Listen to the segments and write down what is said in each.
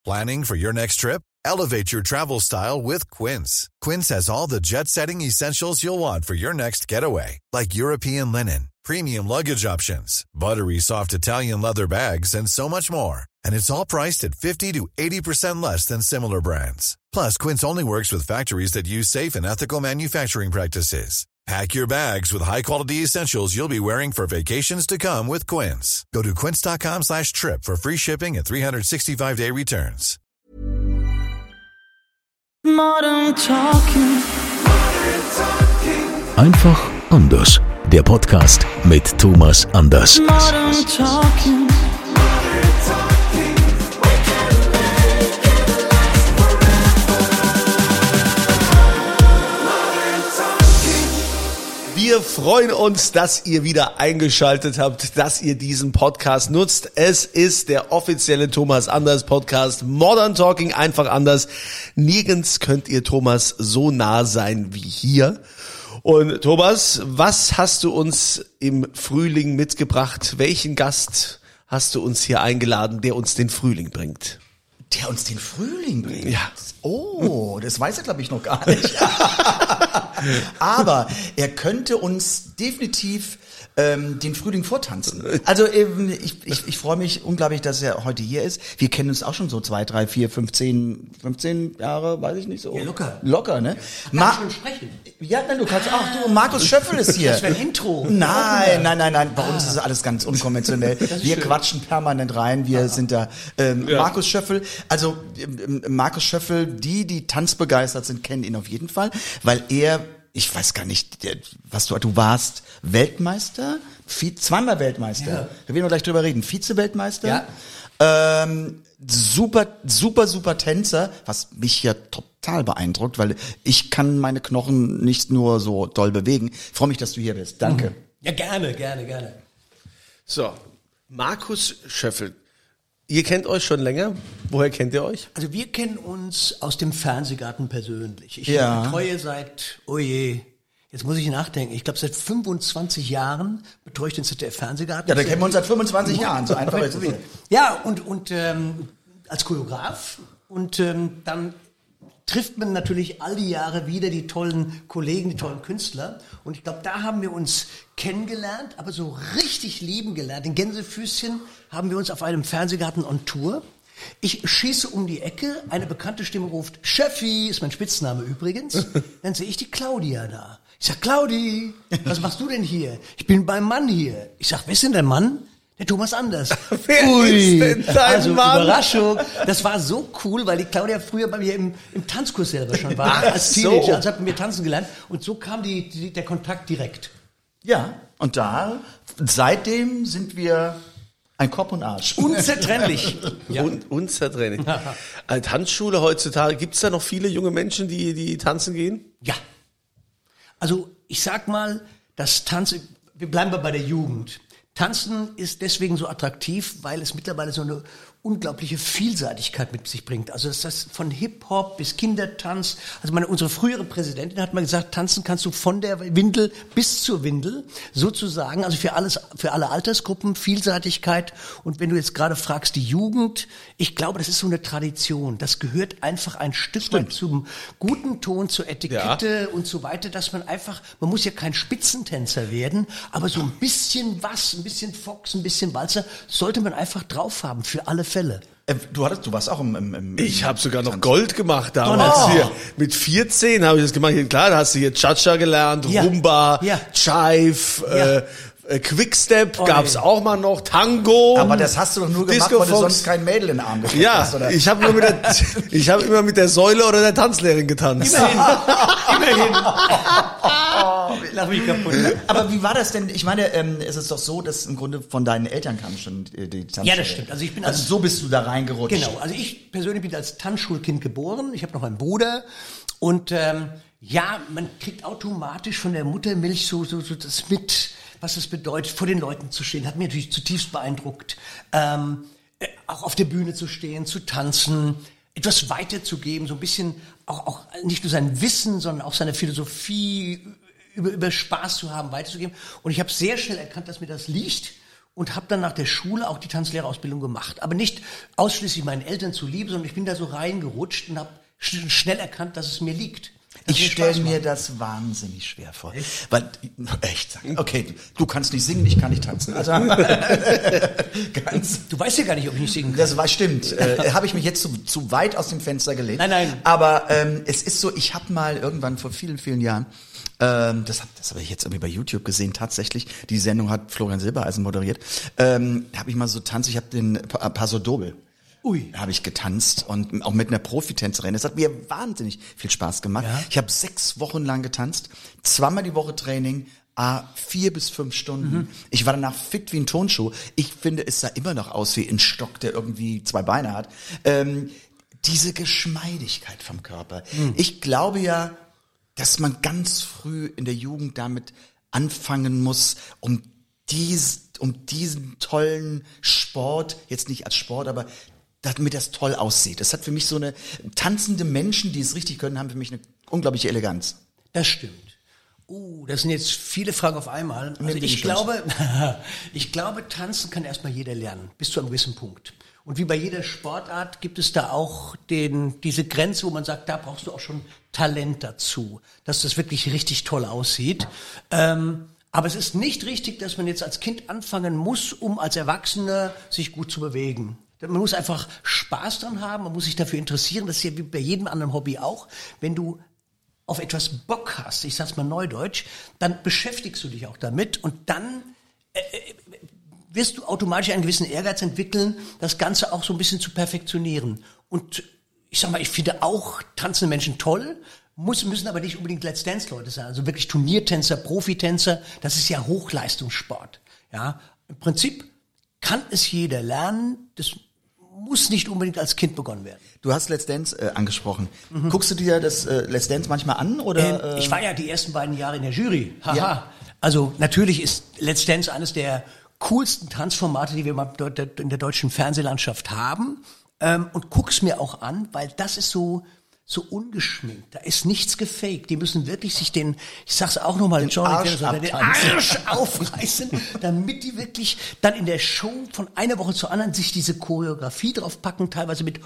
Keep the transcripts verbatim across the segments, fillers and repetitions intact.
Planning for your next trip? Elevate your travel style with Quince. Quince has all the jet-setting essentials you'll want for your next getaway, like European linen, premium luggage options, buttery soft Italian leather bags, and so much more. And it's all priced at fifty to eighty percent less than similar brands. Plus, Quince only works with factories that use safe and ethical manufacturing practices. Pack your bags with high-quality essentials you'll be wearing for vacations to come with Quince. Go to quince.com slash trip for free shipping and three sixty-five day returns. Modern Talking. Einfach anders. Der Podcast mit Thomas Anders. Modern Talking. Wir freuen uns, dass ihr wieder eingeschaltet habt, dass ihr diesen Podcast nutzt. Es ist der offizielle Thomas Anders Podcast, Modern Talking, einfach anders. Nirgends könnt ihr Thomas so nah sein wie hier. Und Thomas, was hast du uns im Frühling mitgebracht? Welchen Gast hast du uns hier eingeladen, der uns den Frühling bringt? Der uns den Frühling bringt? Ja. Oh, das weiß er, glaube ich, noch gar nicht. Aber er könnte uns definitiv ähm, den Frühling vortanzen. Also ähm, ich, ich, ich freue mich unglaublich, dass er heute hier ist. Wir kennen uns auch schon so zwei, drei, vier, fünfzehn, fünfzehn Jahre, weiß ich nicht so. Ja, locker. Locker, ne? Kann Ma- schon sprechen? Ja, nein, du kannst auch. Du, Markus Schöffel ist hier. Das wäre ein Intro. Nein, nein, nein, nein. Bei uns ist alles ganz unkonventionell. Wir schön. quatschen permanent rein. Wir ah. sind da. Ähm, ja. Markus Schöffel. Also ähm, Markus Schöffel, die, die tanzbegeistert sind, kennen ihn auf jeden Fall, weil er, ich weiß gar nicht, der, was du, du warst Weltmeister, Vize, zweimal Weltmeister. Ja. Da werden wir gleich drüber reden. Vize-Weltmeister. Ja. Ähm, super, super, super Tänzer, was mich ja total beeindruckt, weil ich kann meine Knochen nicht nur so doll bewegen. Ich freue mich, dass du hier bist. Danke. Ja, gerne, gerne, gerne. So, Markus Schöffel. Ihr kennt euch schon länger. Woher kennt ihr euch? Also wir kennen uns aus dem Fernsehgarten persönlich. Ich ja. betreue seit, oh je, jetzt muss ich nachdenken, ich glaube seit fünfundzwanzig Jahren betreue ich den Z D F-Fernsehgarten. Ja, da kennen wir uns seit fünfundzwanzig Jahren, so einfach ist es. Ja, und, und ähm, als Choreograf und ähm, dann trifft man natürlich all die Jahre wieder die tollen Kollegen, die tollen Künstler. Und ich glaube, da haben wir uns kennengelernt, aber so richtig lieben gelernt. In Gänsefüßchen haben wir uns auf einem Fernsehgarten on Tour. Ich schieße um die Ecke, eine bekannte Stimme ruft, Schöffi, ist mein Spitzname übrigens. Dann sehe ich die Claudia da. Ich sag, Claudi, was machst du denn hier? Ich bin beim Mann hier. Ich sag, wer ist denn dein Mann? Der Thomas Anders. Wer Ui, ist denn dein also Mann? Überraschung. Das war so cool, weil die Claudia früher bei mir im, im Tanzkurs selber schon war. Ach als Teenager, so. also hatten wir tanzen gelernt. Und so kam die, die, der Kontakt direkt. Ja, und da, seitdem sind wir ein Kopf und Arsch. Unzertrennlich. Ja. Un- unzertrennlich. Als Tanzschule heutzutage, gibt es da noch viele junge Menschen, die, die tanzen gehen? Ja. Also ich sag mal, das Tanzen, wir bleiben bei der Jugend. Tanzen ist deswegen so attraktiv, weil es mittlerweile so eine unglaubliche Vielseitigkeit mit sich bringt. Also das heißt von Hip-Hop bis Kindertanz. Also meine, unsere frühere Präsidentin hat mal gesagt, tanzen kannst du von der Windel bis zur Windel, sozusagen. Also für alles, für alle Altersgruppen, Vielseitigkeit. Und wenn du jetzt gerade fragst, die Jugend, ich glaube, das ist so eine Tradition. Das gehört einfach ein Stück weit zum guten Ton, zur Etikette ja. und so weiter, dass man einfach, man muss ja kein Spitzentänzer werden, aber so ein bisschen was, ein bisschen Fox, ein bisschen Walzer, sollte man einfach drauf haben für alle Fälle. Äh, du hattest, du warst auch im, im, im Ich habe sogar noch Gold gemacht damals. Oh. Hier. Mit vierzehn habe ich das gemacht. Klar, da hast du hier Cha-Cha gelernt, Ja. Rumba, Ja. Jive, Ja. äh, äh, Quickstep Oh, gab's nee. auch mal noch, Tango. Aber das hast du doch nur gemacht, Disco weil du Fox. sonst kein Mädel in den Arm gekriegt Ja, hast, oder? ich habe immer mit der, ich habe immer mit der Säule oder der Tanzlehrerin getanzt. Immerhin. Immerhin. Lach mich kaputt. Aber wie war das denn? Ich meine, ähm, es ist doch so, dass im Grunde von deinen Eltern kam schon äh, die Tanzschule. Ja, das stimmt. Also ich bin also als- so bist du da reingerutscht. Genau, also ich persönlich bin als Tanzschulkind geboren. Ich habe noch einen Bruder und ähm, ja, man kriegt automatisch von der Muttermilch so, so, so das mit, was das bedeutet, vor den Leuten zu stehen. Hat mich natürlich zutiefst beeindruckt. Ähm, äh, auch auf der Bühne zu stehen, zu tanzen, etwas weiterzugeben, so ein bisschen auch, auch nicht nur sein Wissen, sondern auch seine Philosophie über, über Spaß zu haben, weiterzugeben. Und ich habe sehr schnell erkannt, dass mir das liegt. und habe dann nach der Schule auch die Tanzlehrerausbildung gemacht. Aber nicht ausschließlich meinen Eltern zuliebe, sondern ich bin da so reingerutscht und habe sch- schnell erkannt, dass es mir liegt. Ich stelle mir das wahnsinnig schwer vor. Echt? Weil, echt, okay, du kannst nicht singen, ich kann nicht tanzen. Also, ganz, du weißt ja gar nicht, ob ich nicht singen kann. Das war, stimmt. Äh, habe ich mich jetzt zu, zu weit aus dem Fenster gelehnt. Nein, nein. Aber ähm, es ist so, ich habe mal irgendwann vor vielen, vielen Jahren, ähm, das habe das hab ich jetzt irgendwie bei YouTube gesehen, tatsächlich, die Sendung hat Florian Silbereisen moderiert, ähm, habe ich mal so tanzt, ich habe den Paso Doble. Ui. Habe ich getanzt und auch mit einer Profitänzerin. Das hat mir wahnsinnig viel Spaß gemacht. Ja. Ich habe sechs Wochen lang getanzt, zweimal die Woche Training, ah, vier bis fünf Stunden. Mhm. Ich war danach fit wie ein Tonschuh. Ich finde, es sah immer noch aus wie ein Stock, der irgendwie zwei Beine hat. Ähm, diese Geschmeidigkeit vom Körper. Mhm. Ich glaube ja, dass man ganz früh in der Jugend damit anfangen muss, um dies, um diesen tollen Sport, jetzt nicht als Sport, aber damit das toll aussieht. Das hat für mich so eine, tanzende Menschen, die es richtig können, haben für mich eine unglaubliche Eleganz. Das stimmt. Uh, das sind jetzt viele Fragen auf einmal. Also ich glaube, ich glaube, tanzen kann erstmal jeder lernen, bis zu einem gewissen Punkt. Und wie bei jeder Sportart gibt es da auch den, diese Grenze, wo man sagt, da brauchst du auch schon Talent dazu, dass das wirklich richtig toll aussieht. Ähm, aber es ist nicht richtig, dass man jetzt als Kind anfangen muss, um als Erwachsener sich gut zu bewegen. Man muss einfach Spaß dran haben, man muss sich dafür interessieren. Das ist ja wie bei jedem anderen Hobby auch. Wenn du auf etwas Bock hast, ich sag's mal neudeutsch, dann beschäftigst du dich auch damit und dann äh, wirst du automatisch einen gewissen Ehrgeiz entwickeln, das Ganze auch so ein bisschen zu perfektionieren. Und ich sag mal, ich finde auch tanzende Menschen toll, muss, müssen aber nicht unbedingt Let's Dance-Leute sein. Also wirklich Turniertänzer, Profitänzer, das ist ja Hochleistungssport. Ja, im Prinzip kann es jeder lernen, das muss nicht unbedingt als Kind begonnen werden. Du hast Let's Dance äh, angesprochen. Mhm. Guckst du dir das äh, Let's Dance manchmal an? Oder? Ähm, ich war ja die ersten beiden Jahre in der Jury. Haha. Ja. Also natürlich ist Let's Dance eines der coolsten Tanzformate, die wir in der deutschen Fernsehlandschaft haben. Ähm, und guck's mir auch an, weil das ist so so ungeschminkt. Da ist nichts gefaked. Die müssen wirklich sich den, ich sag's auch nochmal, den, den Arsch, den Arsch aufreißen, damit die wirklich dann in der Show von einer Woche zur anderen sich diese Choreografie draufpacken, teilweise mit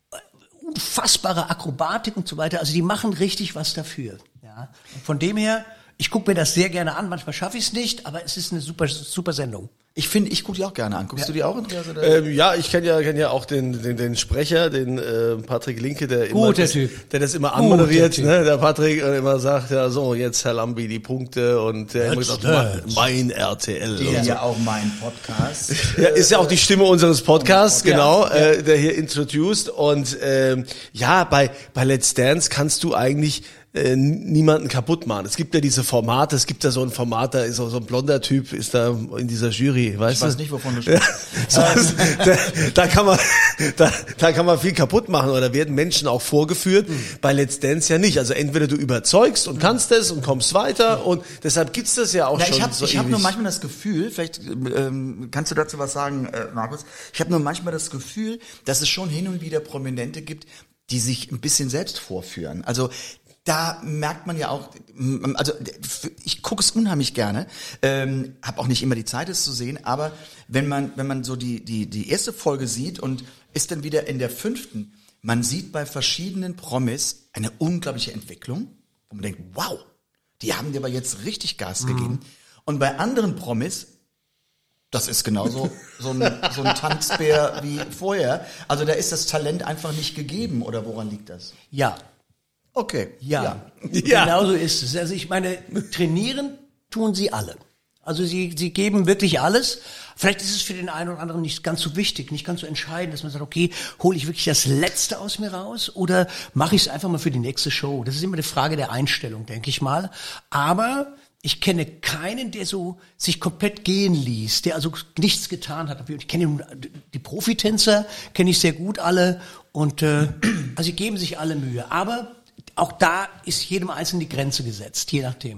unfassbarer Akrobatik und so weiter. Also die machen richtig was dafür. Ja. Und von dem her, ich gucke mir das sehr gerne an. Manchmal schaffe ich es nicht, aber es ist eine super, super Sendung. Ich finde, ich gucke die auch gerne an. Guckst ja. du die auch? Andreas, oder? Ähm, ja, ich kenne ja, kenn ja auch den, den, den Sprecher, den äh, Patrick Linke, der immer Guter das, Typ. der das immer anmoderiert, ne? Der Patrick äh, immer sagt, ja so, jetzt Herr Lambi die Punkte und der immer gesagt, mein R T L. Der ist ja auch mein Podcast. Ja, ist ja auch die Stimme unseres Podcasts, ja, genau, ja. Äh, der hier introduced. Und ähm, ja, bei bei Let's Dance kannst du eigentlich äh, niemanden kaputt machen. Es gibt ja diese Formate, es gibt ja so ein Format, da ist auch so ein blonder Typ, ist da in dieser Jury, weißt ich du? weiß nicht, wovon du sprichst. Ja, so, da, da kann man, da, da kann man viel kaputt machen oder werden Menschen auch vorgeführt. Mhm. Bei Let's Dance ja nicht. Also entweder du überzeugst und kannst es und kommst weiter und deshalb gibt's das ja auch Na, schon. Ich habe so ich hab nur manchmal das Gefühl, vielleicht ähm, kannst du dazu was sagen, äh, Markus. Ich habe nur manchmal das Gefühl, dass es schon hin und wieder Prominente gibt, die sich ein bisschen selbst vorführen. Also da merkt man ja auch, also ich gucke es unheimlich gerne, ähm, habe auch nicht immer die Zeit, es zu sehen, aber wenn man wenn man so die die die erste Folge sieht und ist dann wieder in der fünften, man sieht bei verschiedenen Promis eine unglaubliche Entwicklung, wo man denkt, wow, die haben dir aber jetzt richtig Gas mhm. gegeben. Und bei anderen Promis, das ist genauso so ein, so ein Tanzbär wie vorher, also da ist das Talent einfach nicht gegeben, oder woran liegt das? Ja. Okay. Ja, ja. ja. Genau so ist es. Also ich meine, trainieren tun sie alle. Also sie, sie geben wirklich alles. Vielleicht ist es für den einen oder anderen nicht ganz so wichtig, nicht ganz so entscheidend, dass man sagt, okay, hole ich wirklich das Letzte aus mir raus oder mache ich es einfach mal für die nächste Show? Das ist immer eine Frage der Einstellung, denke ich mal. Aber ich kenne keinen, der so sich komplett gehen ließ, der also nichts getan hat. Ich kenne die Profitänzer, kenne ich sehr gut alle und äh, also sie geben sich alle Mühe. Aber auch da ist jedem Einzelnen die Grenze gesetzt, je nachdem.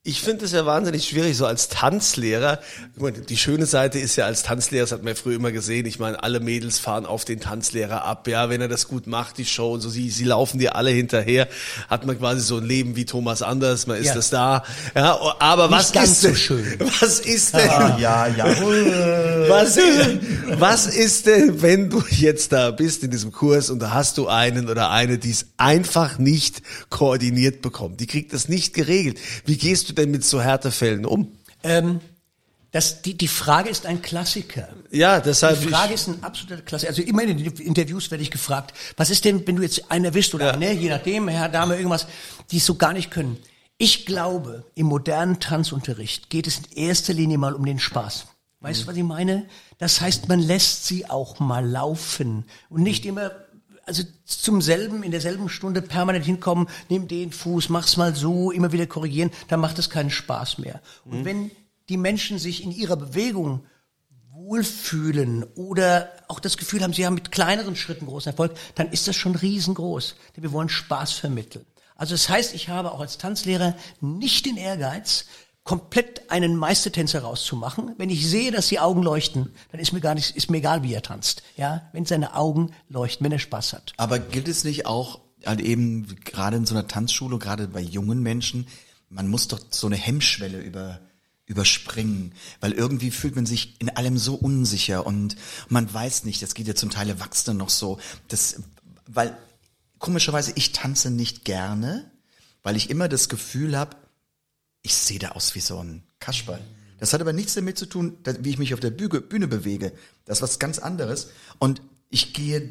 Ich finde es ja wahnsinnig schwierig, so als Tanzlehrer. Die schöne Seite ist ja als Tanzlehrer, das hat man ja früher immer gesehen, ich meine, alle Mädels fahren auf den Tanzlehrer ab, ja, wenn er das gut macht, die Show und so, sie, sie laufen dir alle hinterher, hat man quasi so ein Leben wie Thomas Anders, man ist Ja. das da, ja, aber Nicht was ganz ist so denn, schön. was ist denn, Ja, ja, ja. was, was ist denn, wenn du jetzt da bist in diesem Kurs und da hast du einen oder eine, die es einfach nicht koordiniert bekommt, die kriegt das nicht geregelt. Wie gehst du denn mit so Härtefällen um? Ähm, das, die, die Frage ist ein Klassiker. Ja, deshalb. Die Frage ist ein absoluter Klassiker. Also immer in den Interviews werde ich gefragt, was ist denn, wenn du jetzt einen erwischt oder Ja. eine, je nachdem, Herr, Dame, irgendwas, die es so gar nicht können. Ich glaube, im modernen Tanzunterricht geht es in erster Linie mal um den Spaß. Weißt du, was ich meine? Das heißt, man lässt sie auch mal laufen und nicht immer, also zum selben, in derselben Stunde permanent hinkommen, nimm den Fuß, mach's mal so, immer wieder korrigieren, dann macht es keinen Spaß mehr. Und mhm. wenn die Menschen sich in ihrer Bewegung wohlfühlen oder auch das Gefühl haben, sie haben mit kleineren Schritten großen Erfolg, dann ist das schon riesengroß, denn wir wollen Spaß vermitteln. Also das heißt, ich habe auch als Tanzlehrer nicht den Ehrgeiz, komplett einen Meistertänzer rauszumachen. Wenn ich sehe, dass die Augen leuchten, dann ist mir gar nicht, ist mir egal, wie er tanzt. Ja, wenn seine Augen leuchten, wenn er Spaß hat. Aber gilt es nicht auch, halt eben gerade in so einer Tanzschule, gerade bei jungen Menschen, man muss doch so eine Hemmschwelle über überspringen, weil irgendwie fühlt man sich in allem so unsicher und man weiß nicht, das geht ja zum Teil Erwachsenen noch so, das, weil komischerweise ich tanze nicht gerne, weil ich immer das Gefühl habe, ich sehe da aus wie so ein Kasperl. Das hat aber nichts damit zu tun, wie ich mich auf der Bühne, Bühne bewege. Das ist was ganz anderes. Und ich gehe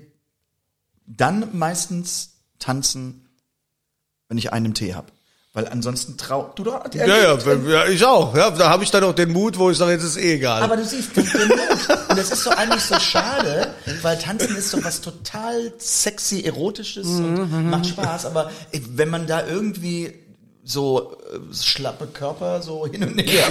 dann meistens tanzen, wenn ich einen Tee habe. Weil ansonsten trau... Du doch, ja, ja, ja, ich auch. Ja, da habe ich dann auch den Mut, wo ich sage, jetzt ist eh egal. Aber du siehst, den Mut. Und das ist so eigentlich so schade, weil Tanzen ist so was total sexy, erotisches und macht Spaß. Aber wenn man da irgendwie so äh, schlappe Körper so hin und her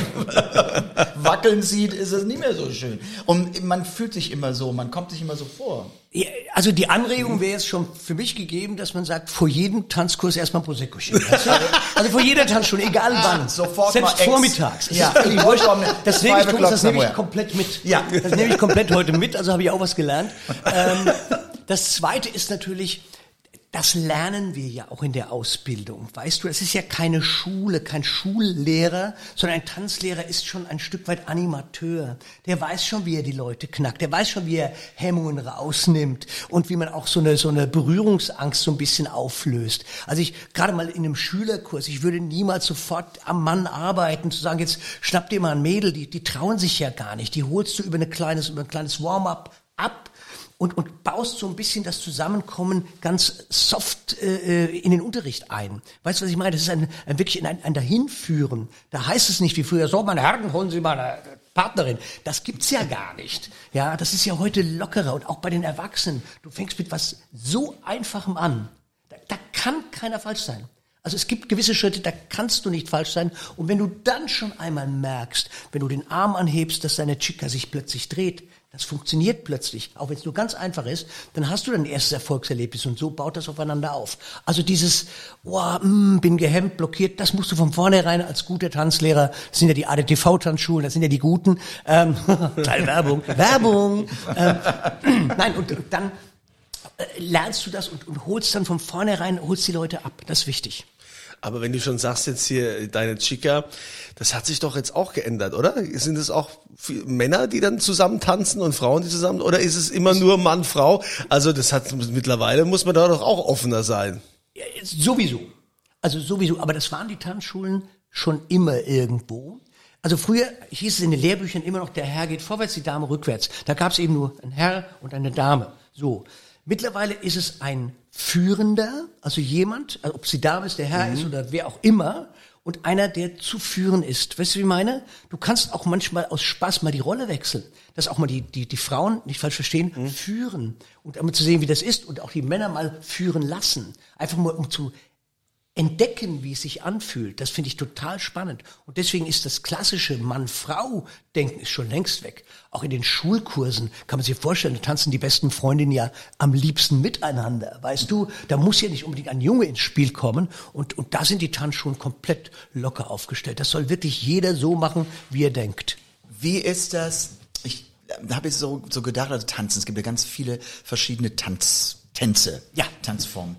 wackeln sieht, ist es nicht mehr so schön. Und man fühlt sich immer so, man kommt sich immer so vor. Ja, also die Anregung wäre jetzt schon für mich gegeben, dass man sagt, vor jedem Tanzkurs erstmal Prosecco schieben. Also vor jeder Tanzschule, egal wann. Sofort selbst mal vormittags. Ja. Das, ist wurscht. Das nehme ich, Thomas, das nehme ich somewhere. komplett mit. Ja. Das nehme ich komplett heute mit, also habe ich auch was gelernt. Ähm, das Zweite ist natürlich, das lernen wir ja auch in der Ausbildung. Weißt du, es ist ja keine Schule, kein Schullehrer, sondern ein Tanzlehrer ist schon ein Stück weit Animateur. Der weiß schon, wie er die Leute knackt. Der weiß schon, wie er Hemmungen rausnimmt und wie man auch so eine, so eine Berührungsangst so ein bisschen auflöst. Also ich, gerade mal in einem Schülerkurs, ich würde niemals sofort am Mann arbeiten, zu sagen, jetzt schnapp dir mal ein Mädel, die, die trauen sich ja gar nicht. Die holst du über eine kleines, über ein kleines Warm-up ab. Und, und baust so ein bisschen das Zusammenkommen ganz soft äh, in den Unterricht ein. Weißt du, was ich meine? Das ist ein, ein wirklich ein, ein Dahinführen. Da heißt es nicht wie früher, so, meine Herren, holen Sie mal eine Partnerin. Das gibt's ja gar nicht. Ja, das ist ja heute lockerer. Und auch bei den Erwachsenen. Du fängst mit was so Einfachem an. Da, da kann keiner falsch sein. Also es gibt gewisse Schritte, da kannst du nicht falsch sein. Und wenn du dann schon einmal merkst, wenn du den Arm anhebst, dass deine Chica sich plötzlich dreht, das funktioniert plötzlich, auch wenn es nur ganz einfach ist, dann hast du dein erstes Erfolgserlebnis und so baut das aufeinander auf. Also dieses, oh, mh, bin gehemmt, blockiert, das musst du von vornherein als guter Tanzlehrer, das sind ja die A D T V-Tanzschulen, das sind ja die guten, ähm, kleine Werbung, Werbung, ähm, nein, und, und dann äh, lernst du das und, und holst dann von vornherein, holst die Leute ab, das ist wichtig. Aber wenn du schon sagst jetzt hier, deine Chica, das hat sich doch jetzt auch geändert, oder? Sind es auch Männer, die dann zusammen tanzen und Frauen, die zusammen, oder ist es immer nur Mann, Frau? Also das hat, mittlerweile muss man da doch auch offener sein. Ja, sowieso. Also sowieso. Aber das waren die Tanzschulen schon immer irgendwo. Also früher hieß es in den Lehrbüchern immer noch, der Herr geht vorwärts, die Dame rückwärts. Da gab es eben nur einen Herr und eine Dame. So. Mittlerweile ist es ein Führender, also jemand, also ob sie Dame ist, der Herr mhm. ist oder wer auch immer, und einer, der zu führen ist. Weißt du, wie ich meine? Du kannst auch manchmal aus Spaß mal die Rolle wechseln. Dass auch mal die, die, die Frauen, nicht falsch verstehen, mhm. führen. Und einmal zu sehen, wie das ist und auch die Männer mal führen lassen. Einfach mal, um zu entdecken, wie es sich anfühlt, das finde ich total spannend. Und deswegen ist das klassische Mann-Frau-Denken ist schon längst weg. Auch in den Schulkursen kann man sich vorstellen, da tanzen die besten Freundinnen ja am liebsten miteinander. Weißt du, da muss ja nicht unbedingt ein Junge ins Spiel kommen. Und, und da sind die Tanzschulen komplett locker aufgestellt. Das soll wirklich jeder so machen, wie er denkt. Wie ist das? Ich habe jetzt so, so gedacht, also tanzen, es gibt ja ganz viele verschiedene Tanz, Tänze, ja. Tanzformen.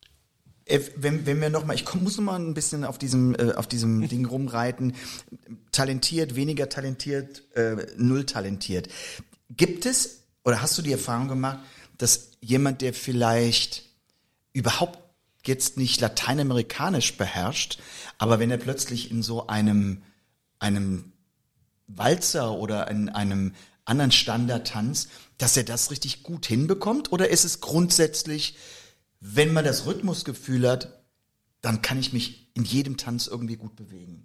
Wenn, wenn wir noch mal, ich komm, muss noch mal ein bisschen auf diesem äh, auf diesem Ding rumreiten. Talentiert, weniger talentiert, äh, null talentiert. Gibt es oder hast du die Erfahrung gemacht, dass jemand, der vielleicht überhaupt jetzt nicht lateinamerikanisch beherrscht, aber wenn er plötzlich in so einem einem Walzer oder in einem anderen Standardtanz, dass er das richtig gut hinbekommt? Oder ist es grundsätzlich, wenn man das Rhythmusgefühl hat, dann kann ich mich in jedem Tanz irgendwie gut bewegen?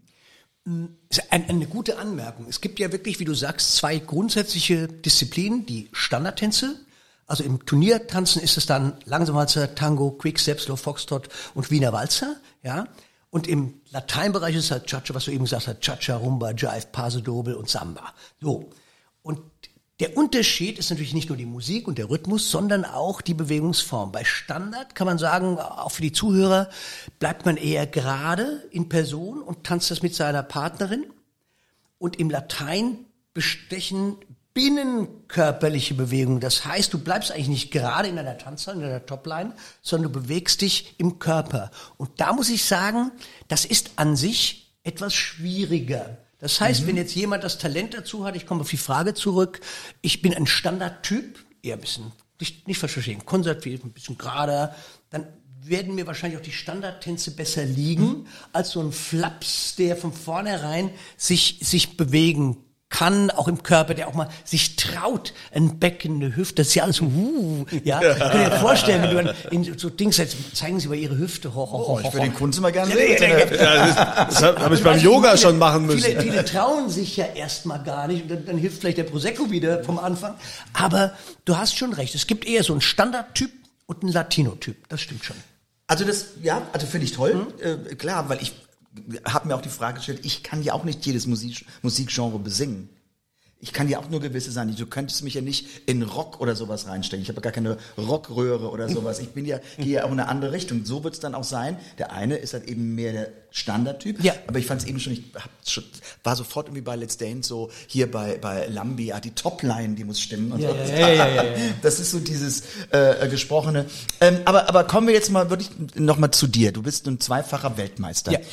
Eine, eine gute Anmerkung. Es gibt ja wirklich, wie du sagst, zwei grundsätzliche Disziplinen, die Standardtänze. Also im Turniertanzen ist es dann Langsamwalzer, Tango, Quickstep, Slow Foxtrot und Wiener Walzer, ja. Und im Lateinbereich ist es halt Cha-Cha, was du eben gesagt hast, Cha-Cha, Rumba, Jive, Paso Doble und Samba. So. Und der Unterschied ist natürlich nicht nur die Musik und der Rhythmus, sondern auch die Bewegungsform. Bei Standard kann man sagen, auch für die Zuhörer, bleibt man eher gerade in Person und tanzt das mit seiner Partnerin. Und im Latein bestechen binnenkörperliche Bewegungen. Das heißt, du bleibst eigentlich nicht gerade in deiner Tanzline, in deiner Topline, sondern du bewegst dich im Körper. Und da muss ich sagen, das ist an sich etwas schwieriger. Das heißt, mhm. wenn jetzt jemand das Talent dazu hat, ich komme auf die Frage zurück, ich bin ein Standardtyp, eher ein bisschen, nicht, nicht falsch verstehen, konservativ, ein bisschen gerader, dann werden mir wahrscheinlich auch die Standardtänze besser liegen, mhm. als so ein Flaps, der von vornherein sich, sich bewegen kann, auch im Körper, der auch mal sich traut, ein Becken, eine Hüfte, das ist ja alles so, uh, ja. Ich kann dir vorstellen, wenn du in so Dings jetzt, zeigen Sie mal Ihre Hüfte, hoch, hoch, hoch. Oh, ich würde den Kunst immer gerne sehen. Ja, das das habe ich beim Yoga viele, schon machen müssen. Viele, viele trauen sich ja erstmal gar nicht und dann, dann hilft vielleicht der Prosecco wieder vom Anfang. Aber du hast schon recht, es gibt eher so einen Standardtyp und einen Latino-Typ, das stimmt schon. Also das, ja, also finde ich toll, mhm. äh, klar, weil ich habe mir auch die Frage gestellt, ich kann ja auch nicht jedes Musik, Musikgenre besingen. Ich kann ja auch nur gewisse sein. Du könntest mich ja nicht in Rock oder sowas reinstecken. Ich habe gar keine Rockröhre oder sowas. Ich bin ja, gehe ja auch in eine andere Richtung. So wird es dann auch sein. Der eine ist halt eben mehr der Standardtyp. Ja. Aber ich fand es eben schon, ich hab schon, war sofort irgendwie bei Let's Dance so, hier bei, bei Lambi, ah, die Topline, die muss stimmen. Und ja, so. ja, ja, ja, ja, ja. Das ist so dieses äh, Gesprochene. Ähm, aber, aber kommen wir jetzt mal wirklich nochmal zu dir. Du bist ein zweifacher Weltmeister. Ja.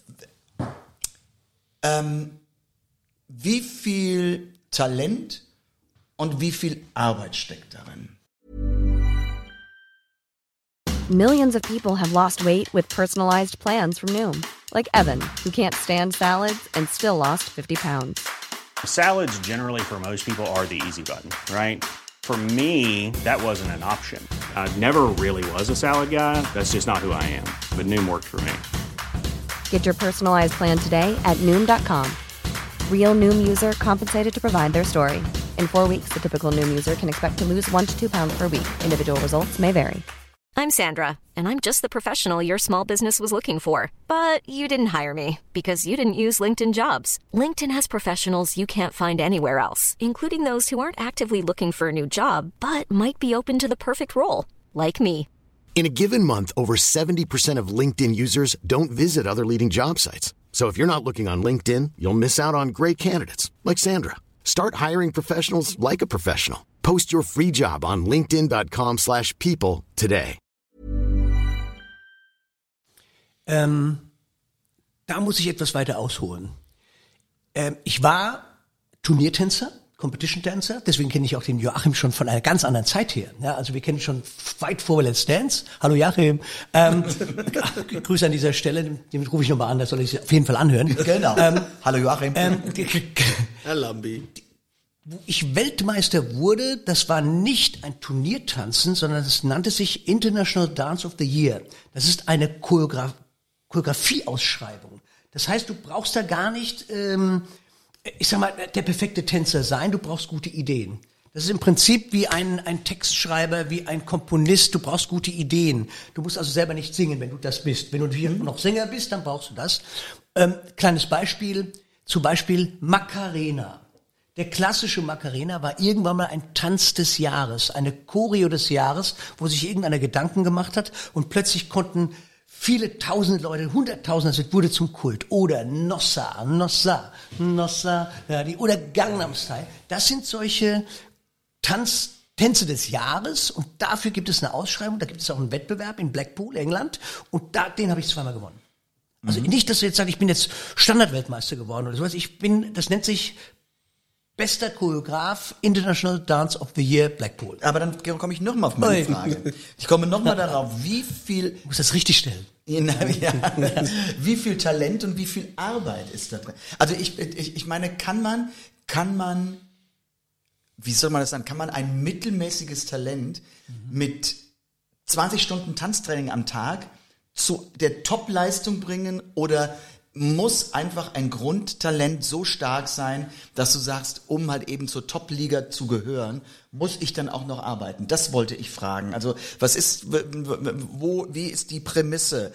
Ähm, wie viel Talent und wie viel Arbeit steckt darin? Millions of people have lost weight with personalized plans from Noom. Like Evan, who can't stand salads and still lost fifty pounds. Salads generally for most people are the easy button, right? For me, that wasn't an option. I never really was a salad guy. That's just not who I am. But Noom worked for me. Get your personalized plan today at Noom dot com. Real Noom user compensated to provide their story. In four weeks, the typical Noom user can expect to lose one to two pounds per week. Individual results may vary. I'm Sandra, and I'm just the professional your small business was looking for. But you didn't hire me because you didn't use LinkedIn Jobs. LinkedIn has professionals you can't find anywhere else, including those who aren't actively looking for a new job, but might be open to the perfect role, like me. In a given month, over seventy percent of LinkedIn users don't visit other leading job sites. So if you're not looking on LinkedIn, you'll miss out on great candidates like Sandra. Start hiring professionals like a professional. Post your free job on linkedin dot com slash people today. Ähm, da muss ich etwas weiter ausholen. Ähm, ich war Turniertänzer, Competition Dancer, deswegen kenne ich auch den Joachim schon von einer ganz anderen Zeit her. Ja, also wir kennen ihn schon weit vor Let's Dance. Hallo Joachim. Ähm, Grüße an dieser Stelle, den rufe ich nochmal an, das soll ich auf jeden Fall anhören. Genau. Ähm, Hallo Joachim. Ähm, Herr Lambi. Wo ich Weltmeister wurde, das war nicht ein Turniertanzen, sondern es nannte sich International Dance of the Year. Das ist eine Choreograf- Choreografie-Ausschreibung. Das heißt, du brauchst da gar nicht, ähm, ich sag mal, der perfekte Tänzer sein, du brauchst gute Ideen. Das ist im Prinzip wie ein, ein Textschreiber, wie ein Komponist. Du brauchst gute Ideen. Du musst also selber nicht singen, wenn du das bist. Wenn du hier noch Sänger bist, dann brauchst du das. Ähm, kleines Beispiel, zum Beispiel Macarena. Der klassische Macarena war irgendwann mal ein Tanz des Jahres, eine Choreo des Jahres, wo sich irgendeiner Gedanken gemacht hat und plötzlich konnten viele tausende Leute, hunderttausende, es wurde zum Kult. Oder Nossa, Nossa, Nossa, ja, die, oder Gangnam Style. Das sind solche Tanz, Tänze des Jahres und dafür gibt es eine Ausschreibung, da gibt es auch einen Wettbewerb in Blackpool, England und da, den habe ich zweimal gewonnen. Also mhm. nicht, dass du jetzt sagst, ich bin jetzt Standardweltmeister geworden oder sowas. Ich bin, das nennt sich bester Choreograf International Dance of the Year Blackpool. Aber dann komme ich nochmal auf meine Frage. Ich komme nochmal darauf, wie viel... Du musst das richtig stellen. Ja, wie viel Talent und wie viel Arbeit ist da drin? Also ich, ich, ich meine, kann man, kann man, wie soll man das sagen, kann man ein mittelmäßiges Talent mhm. mit zwanzig Stunden Tanztraining am Tag zu der Top-Leistung bringen oder muss einfach ein Grundtalent so stark sein, dass du sagst, um halt eben zur Top-Liga zu gehören, muss ich dann auch noch arbeiten? Das wollte ich fragen. Also was ist, wo, wie ist die Prämisse?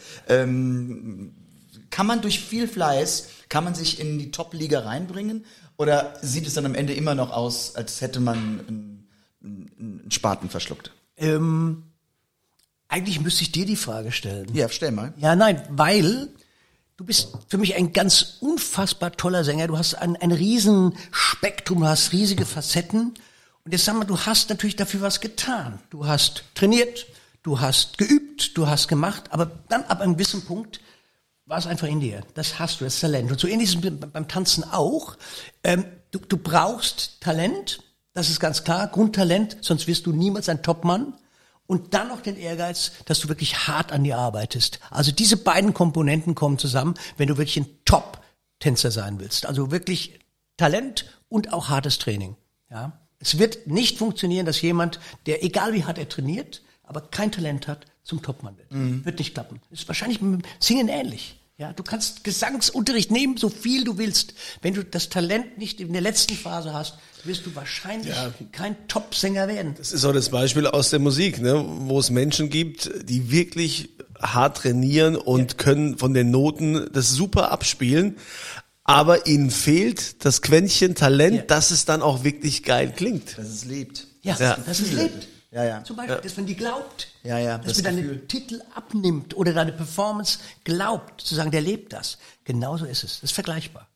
Ähm, kann man durch viel Fleiß, kann man sich in die Top-Liga reinbringen? Oder sieht es dann am Ende immer noch aus, als hätte man einen, einen Spaten verschluckt? Ähm, eigentlich müsste ich dir die Frage stellen. Ja, stell mal. Ja, nein, weil... Du bist für mich ein ganz unfassbar toller Sänger. Du hast ein, ein riesen Spektrum, du hast riesige Facetten. Und jetzt sag mal, du hast natürlich dafür was getan. Du hast trainiert, du hast geübt, du hast gemacht. Aber dann ab einem gewissen Punkt war es einfach in dir. Das hast du, das Talent. Und so ähnlich ist es beim Tanzen auch. Ähm, du, du brauchst Talent, das ist ganz klar, Grundtalent, sonst wirst du niemals ein Topmann. Und dann noch den Ehrgeiz, dass du wirklich hart an dir arbeitest. Also diese beiden Komponenten kommen zusammen, wenn du wirklich ein Top-Tänzer sein willst. Also wirklich Talent und auch hartes Training. Ja, es wird nicht funktionieren, dass jemand, der egal wie hart er trainiert, aber kein Talent hat, zum Topmann wird. Mhm. Wird nicht klappen. Ist wahrscheinlich mit dem Singen ähnlich. Ja, du kannst Gesangsunterricht nehmen, so viel du willst. Wenn du das Talent nicht in der letzten Phase hast, wirst du wahrscheinlich ja. kein Top-Sänger werden. Das ist auch das Beispiel aus der Musik, ne, wo es Menschen gibt, die wirklich hart trainieren und ja. können von den Noten das super abspielen, aber ihnen fehlt das Quäntchen Talent, ja. dass es dann auch wirklich geil klingt. Dass es lebt. Ja, ja. dass es lebt. Ja, ja. Zum Beispiel, ja. dass man die glaubt, ja, ja, dass man deine Titel abnimmt oder deine Performance glaubt, zu sagen, der lebt das. Genauso ist es. Das ist vergleichbar.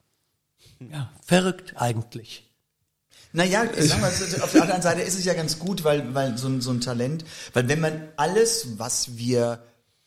Ja, verrückt eigentlich. Naja, ich sag mal, auf der anderen Seite ist es ja ganz gut, weil, weil so ein, so ein Talent, weil wenn man alles, was wir,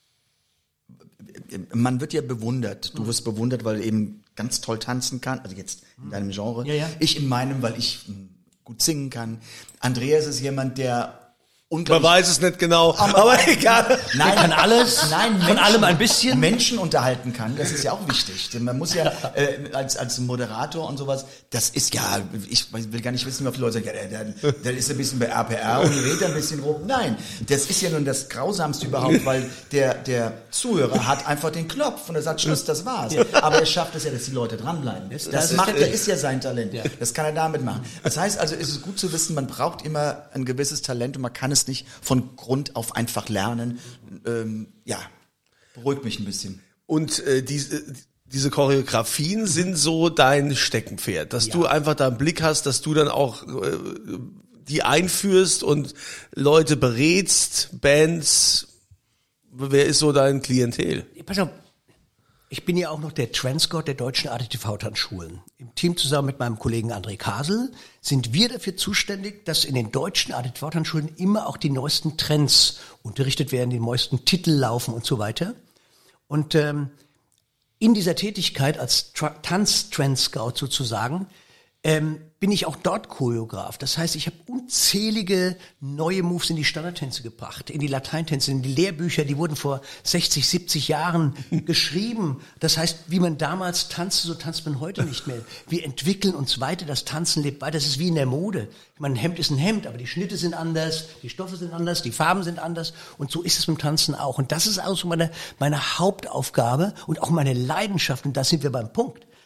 man wird ja bewundert. Du wirst bewundert, weil du eben ganz toll tanzen kannst, also jetzt in deinem Genre. Ja, ja. Ich in meinem, weil ich gut singen kann. Andreas ist jemand, der Man weiß es nicht genau, aber, aber egal. Nein, kann alles, nein, von allem ein bisschen. Menschen unterhalten kann, das ist ja auch wichtig. Denn man muss ja äh, als als Moderator und sowas, das ist ja, ich will gar nicht wissen, wie viele Leute sagen, ja, der, der, der ist ein bisschen bei R P R und redet ein bisschen rum. Nein, das ist ja nun das Grausamste überhaupt, weil der der Zuhörer hat einfach den Knopf und er sagt, Schluss, das war's. Aber er schafft es ja, dass die Leute dranbleiben. Das, das macht er, ist ja sein Talent. Ja. Das kann er damit machen. Das heißt also, ist es gut zu wissen, man braucht immer ein gewisses Talent und man kann es nicht von Grund auf einfach lernen. Ähm, ja, beruhigt mich ein bisschen. Und äh, diese, diese Choreografien sind so dein Steckenpferd, dass ja. du einfach da einen Blick hast, dass du dann auch äh, die einführst und Leute berätst, Bands. Wer ist so dein Klientel? Pass auf, ich bin ja auch noch der Transgott der deutschen A D T V-Tanzschulen. Im Team zusammen mit meinem Kollegen André Kasel sind wir dafür zuständig, dass in den deutschen A D T V-Tanzschulen immer auch die neuesten Trends unterrichtet werden, die neuesten Titel laufen und so weiter. Und ähm, in dieser Tätigkeit als Tra- Tanz-Trend-Scout sozusagen ähm, bin ich auch dort Choreograf. Das heißt, ich habe unzählige neue Moves in die Standardtänze gebracht, in die Lateintänze, in die Lehrbücher, die wurden vor sechzig, siebzig Jahren geschrieben. Das heißt, wie man damals tanzte, so tanzt man heute nicht mehr. Wir entwickeln uns weiter, das Tanzen lebt weiter. Das ist wie in der Mode. Ich meine, ein Hemd ist ein Hemd, aber die Schnitte sind anders, die Stoffe sind anders, die Farben sind anders. Und so ist es mit dem Tanzen auch. Und das ist auch so meine, meine Hauptaufgabe und auch meine Leidenschaft. Und da sind wir beim Punkt.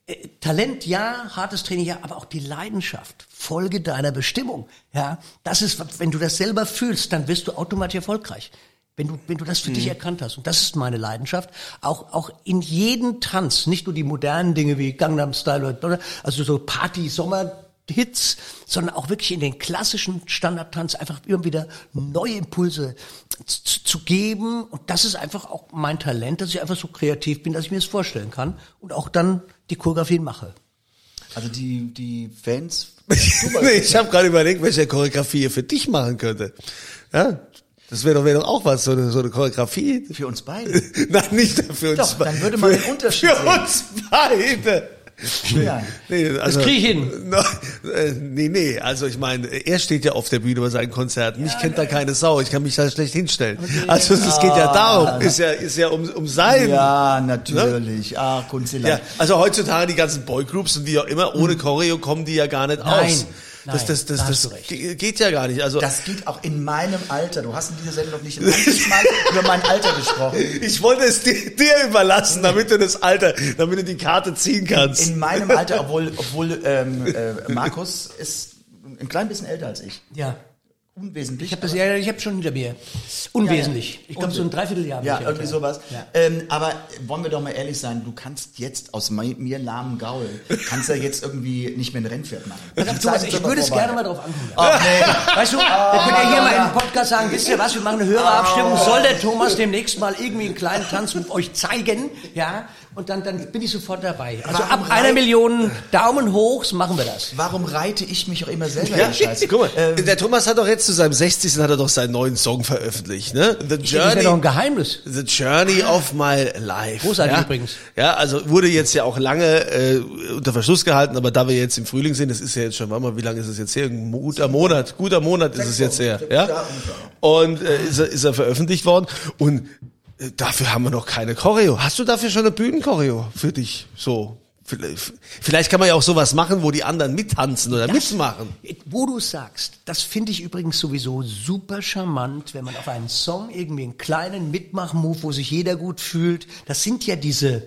Äh, Talent ja, hartes Training ja, aber auch die Leidenschaft. Folge deiner Bestimmung. Ja, das ist, wenn du das selber fühlst, dann wirst du automatisch erfolgreich. Wenn du, wenn du das für mhm. dich erkannt hast. Und das ist meine Leidenschaft. Auch, auch in jedem Tanz, nicht nur die modernen Dinge wie Gangnam Style oder, also so Party, Sommerhits, sondern auch wirklich in den klassischen Standardtanz einfach immer wieder neue Impulse zu, zu geben. Und das ist einfach auch mein Talent, dass ich einfach so kreativ bin, dass ich mir das vorstellen kann und auch dann die Choreografien mache. Also die, die Fans. nee, ich habe gerade überlegt, welche Choreografie ihr für dich machen könnte. Ja. Das wäre doch, wär doch auch was, so eine, so eine Choreografie. Für uns beide? Nein, nicht für uns beide. Dann würde man den Unterschied für sehen. Für uns beide. Ja. Nee, also, das krieg ich hin. No, äh, nee, nee, also ich meine, er steht ja auf der Bühne bei seinen Konzerten. Mich ja, kennt da keine Sau, ich kann mich da schlecht hinstellen. Okay. Also es geht ja darum, ist ja, ist ja um, um sein. Ja, natürlich. Ne? Ah, Kunstler. Ja, also heutzutage die ganzen Boygroups und wie auch immer, ohne Choreo kommen die ja gar nicht Nein. aus. Das, das, das, Nein, das, das geht ja gar nicht. Also das geht auch in meinem Alter. Du hast in dieser Sendung noch nicht ein einziges Mal über mein Alter gesprochen. Ich wollte es dir, dir überlassen, damit du das Alter, damit du die Karte ziehen kannst. In meinem Alter, obwohl, obwohl ähm, äh, Markus ist ein klein bisschen älter als ich. Ja. Unwesentlich. Ich habe das ja, ich habe schon hinter mir. Unwesentlich. Ja, ja. Ich glaube so ein Dreivierteljahr. Ja, irgendwie sowas. Ja. Ähm, aber wollen wir doch mal ehrlich sein, du kannst jetzt aus mir lahmen Gaul, kannst ja jetzt irgendwie nicht mehr ein Rennpferd machen. Thomas, Thomas, ich würde es gerne mal drauf angucken. Oh, nee. Weißt du, wir können ja hier mal im Podcast sagen, wisst ihr was, wir machen eine höhere Abstimmung. Soll der Thomas demnächst mal irgendwie einen kleinen Tanz mit euch zeigen? Ja. Und dann, dann bin ich sofort dabei. Also warum ab einer Million Daumen hoch machen wir das. Warum reite ich mich auch immer selber ja, in Scheiße? Guck mal, ähm, der Thomas hat doch jetzt zu seinem sechzigsten hat er doch seinen neuen Song veröffentlicht, ne? The ich Journey. Das ist ja noch ein Geheimnis. The Journey of My Life. Großartig ja? übrigens. Ja, also wurde jetzt ja auch lange äh, unter Verschluss gehalten, aber da wir jetzt im Frühling sind, das ist ja jetzt schon, warte mal, wie lange ist es jetzt her? Ein guter Monat, guter Monat ist es jetzt her, ja? Und äh, ist, er, ist er veröffentlicht worden und dafür haben wir noch keine Choreo. Hast du dafür schon eine Bühnenchoreo für dich? So, vielleicht kann man ja auch sowas machen, wo die anderen mittanzen oder das, mitmachen. Wo du sagst, das finde ich übrigens sowieso super charmant, wenn man auf einen Song irgendwie einen kleinen Mitmach-Move, wo sich jeder gut fühlt. Das sind ja diese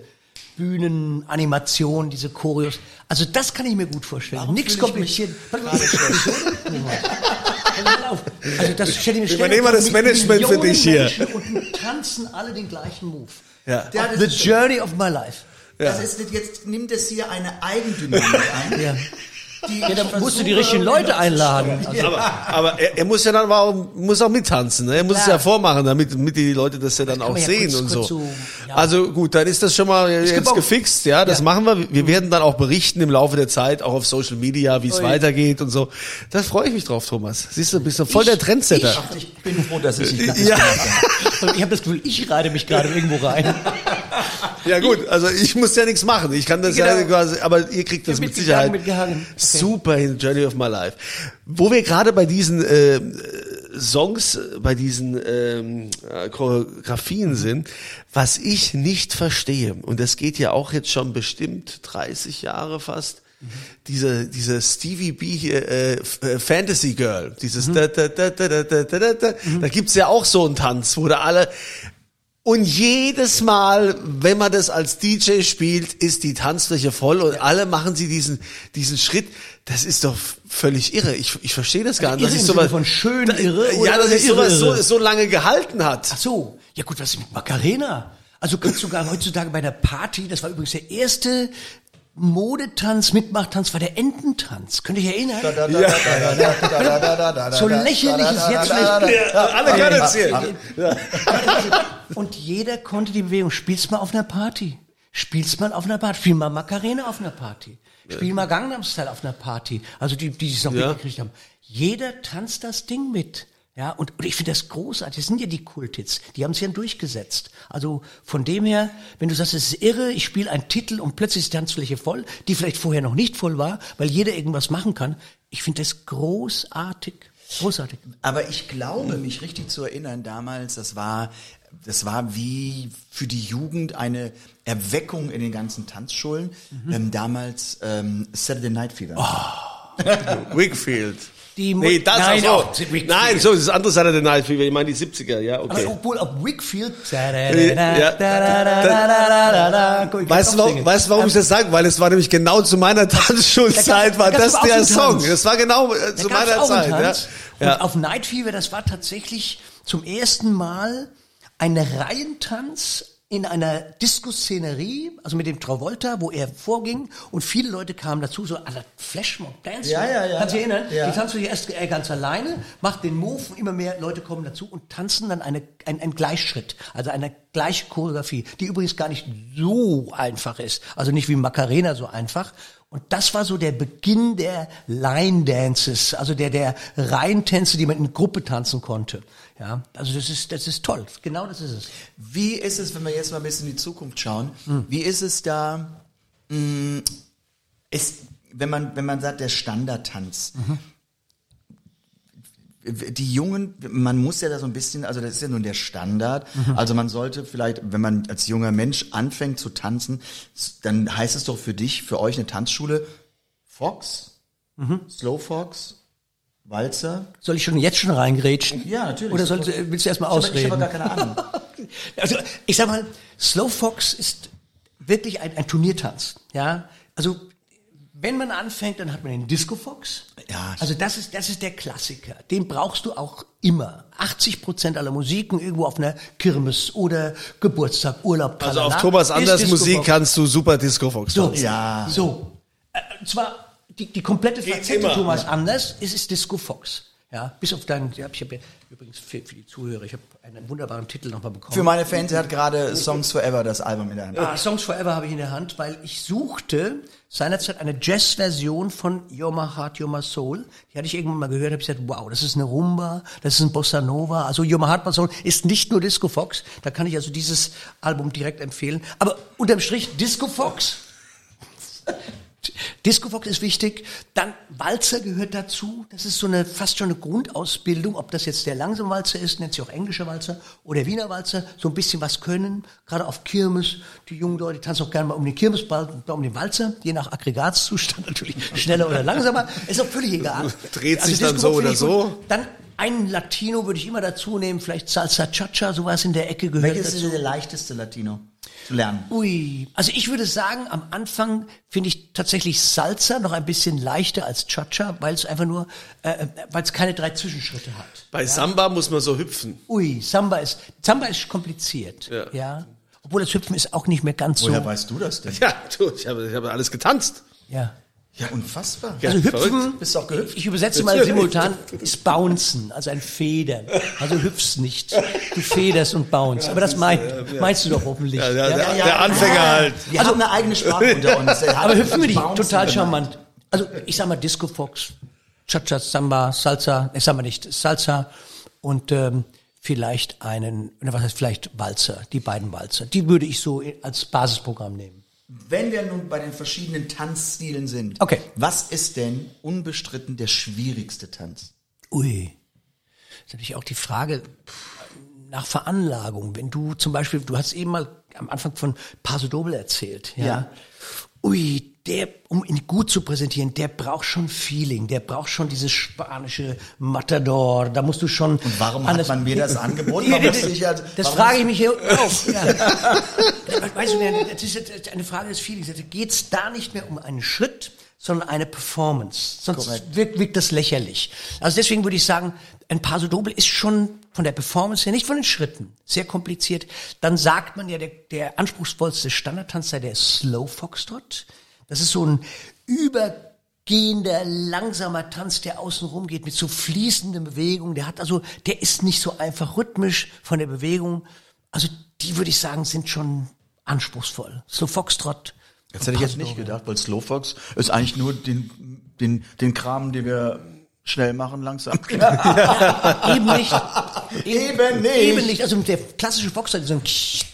Bühnenanimationen, diese Choreos. Also das kann ich mir gut vorstellen. Warum Nichts kompliziert. Also das stell dir Übernehmen wir das Management für dich hier. Und tanzen alle den gleichen Move. Ja. Ja, The Journey of My Life. Ja. Das ist jetzt nimmt es hier eine Eigendynamik ein. Ja. Die ja, da musst du die richtigen Leute einladen. Also, aber aber er, er muss ja dann auch, muss auch mittanzen, ne? Er muss Klar. es ja vormachen, damit, damit die Leute das ja dann das auch sehen ja kurz, und so. so ja. Also gut, dann ist das schon mal es jetzt gefixt, ja, das ja. machen wir. Wir werden dann auch berichten im Laufe der Zeit, auch auf Social Media, wie es weitergeht und so. Da freue ich mich drauf, Thomas. Siehst du, bist du voll ich, der Trendsetter. Ich, ich bin froh, dass ich nicht ja. Ich habe das Gefühl, ich reite mich gerade irgendwo rein. Ja gut, also ich muss ja nichts machen. Ich kann das genau. ja quasi, aber ihr kriegt das mit Sicherheit mitgehangen. Okay. Super in Journey of My Life. Wo wir gerade bei diesen äh, Songs, bei diesen ähm, Choreografien sind, was ich nicht verstehe, und das geht ja auch jetzt schon bestimmt dreißig Jahre fast, mhm. diese diese Stevie B hier, äh, Fantasy Girl, dieses mhm. da, da, da, da, da, da, da, da, mhm. da gibt's ja auch so einen Tanz, wo da alle und jedes Mal, wenn man das als D J spielt, ist die Tanzfläche voll und ja. alle machen sie diesen diesen Schritt. Das ist doch völlig irre. Ich ich verstehe das gar nicht. Also dass ich sowas von schön irre da, ja, dass sich sowas so so lange gehalten hat. Ach so, ja gut, was ist mit Macarena? Also kannst sogar heutzutage bei der Party, das war übrigens der erste Modetanz, Mitmachtanz war der Ententanz. Könnt ihr euch erinnern? So lächerlich ist jetzt vielleicht. Alle können es hier. Und jeder konnte die Bewegung. Spiel's mal auf einer Party. Spiel's mal auf einer Party. Spiel mal Macarena auf einer Party. Spiel mal Gangnam Style auf einer Party. Also die, die es noch ja. mitgekriegt haben. Jeder tanzt das Ding mit. Ja, und, und ich finde das großartig. Das sind ja die Kulthits. Die haben es ja durchgesetzt. Also von dem her, wenn du sagst, es ist irre, ich spiele einen Titel und plötzlich ist die Tanzfläche voll, die vielleicht vorher noch nicht voll war, weil jeder irgendwas machen kann. Ich finde das großartig. Großartig. Aber ich glaube, mich richtig zu erinnern, damals, das war, das war wie für die Jugend eine Erweckung in den ganzen Tanzschulen. Mhm. Ähm, damals ähm, Saturday Night Fever. Oh. Wakefield. Die Nee, das Nein, auch auch so. Wickfield. Nein, so, das ist andere Seite der Night Fever. Ich meine die siebziger, ja, okay. Aber obwohl auf Wickfield. Weißt du, warum, weißt du, warum ich das sage? Weil es war nämlich genau zu meiner Tanzschulzeit, war da das gab's auch der einen Song. Tanz. Das war genau äh, zu Da gab's meiner auch einen Zeit. Ja. Tanz. Und Ja. auf Night Fever, das war tatsächlich zum ersten Mal ein Reihentanz in einer Disco-Szenerie, also mit dem Travolta, wo er vorging und viele Leute kamen dazu, so an der Flashmob Dance. Ja, ja, ja. Kannst du dich erinnern? Ja. Die tanzt sich erst äh, ganz alleine, macht den Move und immer mehr Leute kommen dazu und tanzen dann eine, ein, ein Gleichschritt, also eine gleiche Choreografie, die übrigens gar nicht so einfach ist, also nicht wie Macarena so einfach. Und das war so der Beginn der Line Dances, also der, der Reihentänze, die man in Gruppe tanzen konnte. Ja, also das ist, das ist toll. Genau das ist es. Wie ist es, wenn wir jetzt mal ein bisschen in die Zukunft schauen, hm. wie ist es da, mh, ist, wenn man, wenn man sagt, der Standardtanz, mhm. die Jungen, man muss ja da so ein bisschen, also das ist ja nun der Standard, mhm. also man sollte vielleicht, wenn man als junger Mensch anfängt zu tanzen, dann heißt es doch für dich, für euch eine Tanzschule, Fox, mhm. Slow Fox, Walzer. Soll ich schon jetzt schon reingrätschen? Ja, natürlich. Oder soll, willst du erstmal ausreden? Ich habe gar keine Ahnung. Also ich sag mal, Slow Fox ist wirklich ein, ein Turniertanz, ja, also wenn man anfängt, dann hat man den Disco Fox. Ja. Also das ist, das ist der Klassiker. Den brauchst du auch immer. achtzig Prozent aller Musiken irgendwo auf einer Kirmes oder Geburtstag, Urlaub. Also tralala, auf Thomas Anders Musik Fox. kannst du super Disco Fox so, tanzen. Ja. So. Äh, zwar die, die komplette Geht Facette immer. Thomas Anders ist, ist Disco Fox. Ja, bis auf deinen, ja, ich habe ja, übrigens für, für die Zuhörer, ich habe einen wunderbaren Titel nochmal bekommen. Für meine Fans, er hat gerade Songs Forever, das Album in der Hand. Ah, Songs Forever habe ich in der Hand, weil ich suchte seinerzeit eine Jazz-Version von You're My Heart, You're My Soul. Die hatte ich irgendwann mal gehört, habe ich gesagt, wow, das ist eine Rumba, das ist ein Bossa Nova. Also You're My Heart, My Soul ist nicht nur Disco Fox. Da kann ich also dieses Album direkt empfehlen. Aber unterm Strich Disco Fox. Disco Fox ist wichtig, dann Walzer gehört dazu, das ist so eine fast schon eine Grundausbildung, ob das jetzt der langsame Walzer ist, nennt sich auch englischer Walzer oder Wiener Walzer, so ein bisschen was können, gerade auf Kirmes, die jungen Leute tanzen auch gerne mal um den Kirmesball, um den Walzer, je nach Aggregatzustand natürlich schneller oder langsamer, ist auch völlig egal. Dreht sich Disco dann so Fox oder finde ich so? gut. Dann einen Latino würde ich immer dazu nehmen, vielleicht Salsa Cha-Cha, sowas in der Ecke gehört Welches dazu. ist der leichteste Latino zu lernen? Ui, also ich würde sagen, am Anfang finde ich tatsächlich Salsa noch ein bisschen leichter als Cha-Cha, weil es einfach nur, äh, weil es keine drei Zwischenschritte hat. Bei Samba muss man so hüpfen. Ui, Samba ist, Samba ist kompliziert, ja. Ja. Obwohl das Hüpfen ist auch nicht mehr ganz Woher so. weißt du das denn? Ja, du, ich habe ich habe alles getanzt. Ja. Ja, unfassbar. Also Ja, Hüpfen, verrückt. Bist du auch gehüpft? ich übersetze mal simultan, ist Bouncen, also ein Federn. Also hüpfst nicht, du federst und bounce. Aber das mein, meinst du doch hoffentlich. Ja, ja, Ja? der, der Anfänger halt. Wir haben eine eigene Sprache unter uns. Der hat Aber hüpfen wir die Bouncen total genannt. charmant. Also ich sag mal Disco Fox, Cha-Cha, Samba, Salsa, ich sag mal nicht, Salsa und ähm, vielleicht einen, was heißt vielleicht Walzer, die beiden Walzer. Die würde ich so als Basisprogramm nehmen. Wenn wir nun bei den verschiedenen Tanzstilen sind, Okay. was ist denn unbestritten der schwierigste Tanz? Ui, das ist natürlich auch die Frage nach Veranlagung. Wenn du zum Beispiel, du hast eben mal am Anfang von Paso Doble erzählt, ja. Ja. Ui, der, um ihn gut zu präsentieren, der braucht schon Feeling, der braucht schon dieses spanische Matador, da musst du schon... Und warum anders- hat man mir das angeboten? Ja, Warum das musste ich also- das warum- frage ich mich hier auch. Ja. Weißt du, das ist jetzt eine Frage des Feelings. Geht es da nicht mehr um einen Schritt, sondern eine Performance? Sonst Korrekt. wirkt, wirkt das lächerlich. Also deswegen würde ich sagen, ein Paso Doble ist schon von der Performance her, nicht von den Schritten, sehr kompliziert. Dann sagt man ja, der, der anspruchsvollste Standardtanz sei der Slow Foxtrot. Das ist so ein übergehender, langsamer Tanz, der außen rum geht mit so fließenden Bewegungen. Der hat also, der ist nicht so einfach rhythmisch von der Bewegung. Also die würde ich sagen, sind schon anspruchsvoll. Slow Foxtrot. Das hätte ich jetzt nicht gedacht, weil Slowfox ist eigentlich nur den, den, den Kram, den wir schnell machen, langsam. Eben nicht. Eben nicht. Eben nicht. Also der klassische Foxtrot ist so ein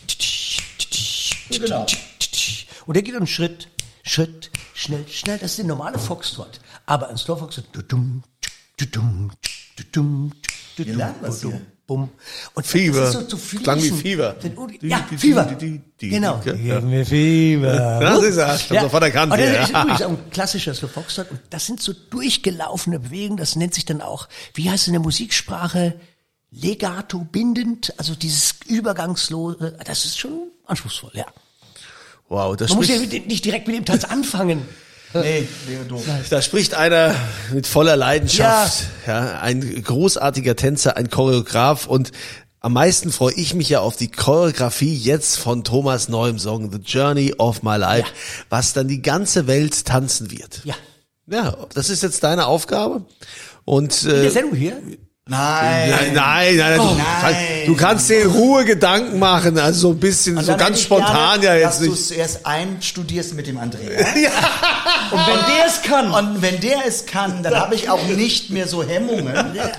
Genau. und der geht einen Schritt, Schritt, schnell, schnell. Das ist der normale Foxtrot. Aber ein Slow Foxtrot. Wir lernen was hier. Bumm. Und Fieber. das ist so zu fließen. Klang wie Fieber. Ja, Fieber. Genau. Ja. Mir Fieber. Das ist er. Ich hab sofort erkannt. Und das Ja. ist übrigens auch ein klassischer so Foxtrot. Und das sind so durchgelaufene Bewegungen. Das nennt sich dann auch, wie heißt es in der Musiksprache, Legato bindend. Also dieses Übergangslose. Das ist schon anspruchsvoll, ja. Wow, das Man muss ja spricht, nicht direkt mit dem Tanz anfangen. Nee, wäre doof. da spricht einer mit voller Leidenschaft, ja. Ein großartiger Tänzer, ein Choreograf und am meisten freue ich mich ja auf die Choreografie jetzt von Thomas neuem Song The Journey of My Life, Ja. was dann die ganze Welt tanzen wird. Ja. Ja, das ist jetzt deine Aufgabe und In der äh, Sendung hier? Nein. Nein, nein, nein, Oh, du, nein. Kannst, du kannst dir in Ruhe Gedanken machen, also so ein bisschen, Und so dann ganz hätte ich spontan gerne, ja jetzt dass du nicht. es zuerst einstudierst mit dem Andreas. Und wenn der es kann. Und wenn der es kann, dann habe ich auch nicht mehr so Hemmungen.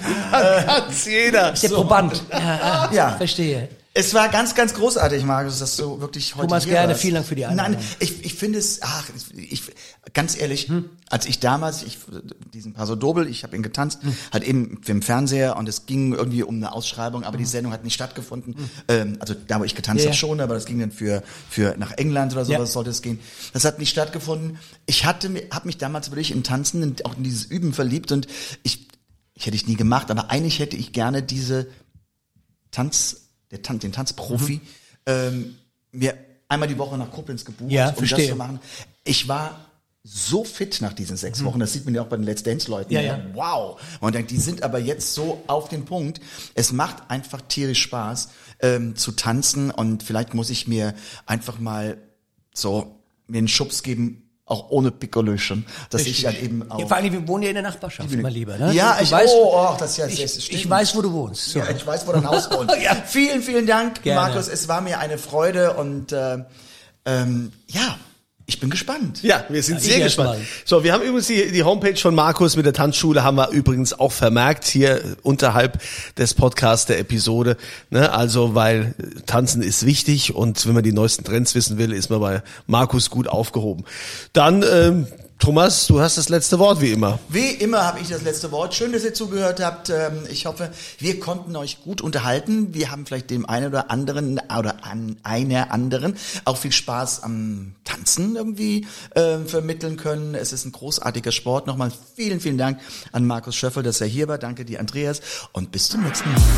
Ganz jeder. ist der Proband. Ja, ja, Ja. Verstehe. Es war ganz, ganz großartig, Markus, dass du wirklich heute Thomas, hier gerne. warst. Vielen Dank für die Einladung. Nein, ich, ich finde es, ach, ich, ganz ehrlich, Hm. als ich damals, ich, diesen Paso Doble, ich habe ihn getanzt, Hm. halt eben im Fernseher und es ging irgendwie um eine Ausschreibung, aber die Sendung hat nicht stattgefunden. Ähm, also da, wo ich getanzt Hm. Ja, habe ja. schon, aber das ging dann für, für nach England oder sowas Ja. sollte es gehen. Das hat nicht stattgefunden. Ich hatte, habe mich damals wirklich in Tanzen und auch in dieses Üben verliebt und ich, ich hätte ich nie gemacht, aber eigentlich hätte ich gerne diese Tanz, der Tan den Tanzprofi, Mhm. ähm, mir einmal die Woche nach Koblenz gebucht, Ja, um verstehe. das zu machen. Ich war so fit nach diesen sechs Wochen, das sieht man ja auch bei den Let's Dance-Leuten. Mhm. Ja, ja. Wow. Man denkt, die sind aber jetzt so auf den Punkt. Es macht einfach tierisch Spaß, ähm, zu tanzen und vielleicht muss ich mir einfach mal so mir einen Schubs geben, auch ohne Piccolöchen, dass ich halt eben auch... Vor allem, wir wohnen ja in der Nachbarschaft, mein Lieber. Ne? Ja, du ich, weißt, oh, oh, das ist ja, ich, das stimmt. ich weiß, wo du wohnst. So. Ja, ich weiß, wo dein Haus wohnt. Ja. Vielen, vielen Dank, Gerne. Markus. Es war mir eine Freude und äh, ähm, ja, ich bin gespannt. Ja, wir sind Ja, sehr ich gespannt. erst mal. So, wir haben übrigens die, die Homepage von Markus mit der Tanzschule, haben wir übrigens auch vermerkt hier unterhalb des Podcasts der Episode. Ne? Also, weil Tanzen ist wichtig und wenn man die neuesten Trends wissen will, ist man bei Markus gut aufgehoben. Dann, ähm, Thomas, du hast das letzte Wort wie immer. Wie immer habe ich das letzte Wort. Schön, dass ihr zugehört habt. Ähm, Ich hoffe, wir konnten euch gut unterhalten. Wir haben vielleicht dem einen oder anderen oder an einer anderen auch viel Spaß am Tanzen irgendwie äh, vermitteln können. Es ist ein großartiger Sport. Nochmal vielen, vielen Dank an Markus Schöffel, dass er hier war. Danke dir, Andreas. Und bis zum nächsten Mal.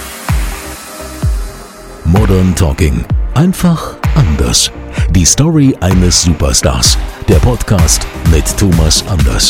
Modern Talking. Einfach anders. Die Story eines Superstars. Der Podcast mit Thomas Anders.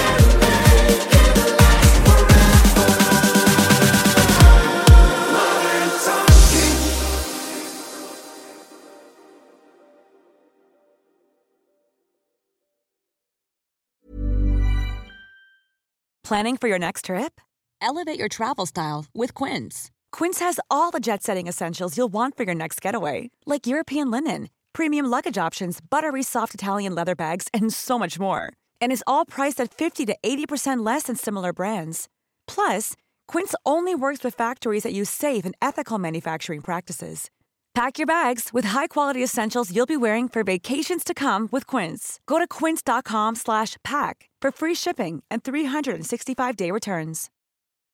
Planning for your next trip? Elevate your travel style with Quince. Quince has all the jet-setting essentials you'll want for your next getaway, like European linen, premium luggage options, buttery soft Italian leather bags, and so much more. And is all priced at fifty to eighty percent less than similar brands. Plus, Quince only works with factories that use safe and ethical manufacturing practices. Pack your bags with high-quality essentials you'll be wearing for vacations to come with Quince. Go to quince.com slash pack for free shipping and three sixty-five day returns.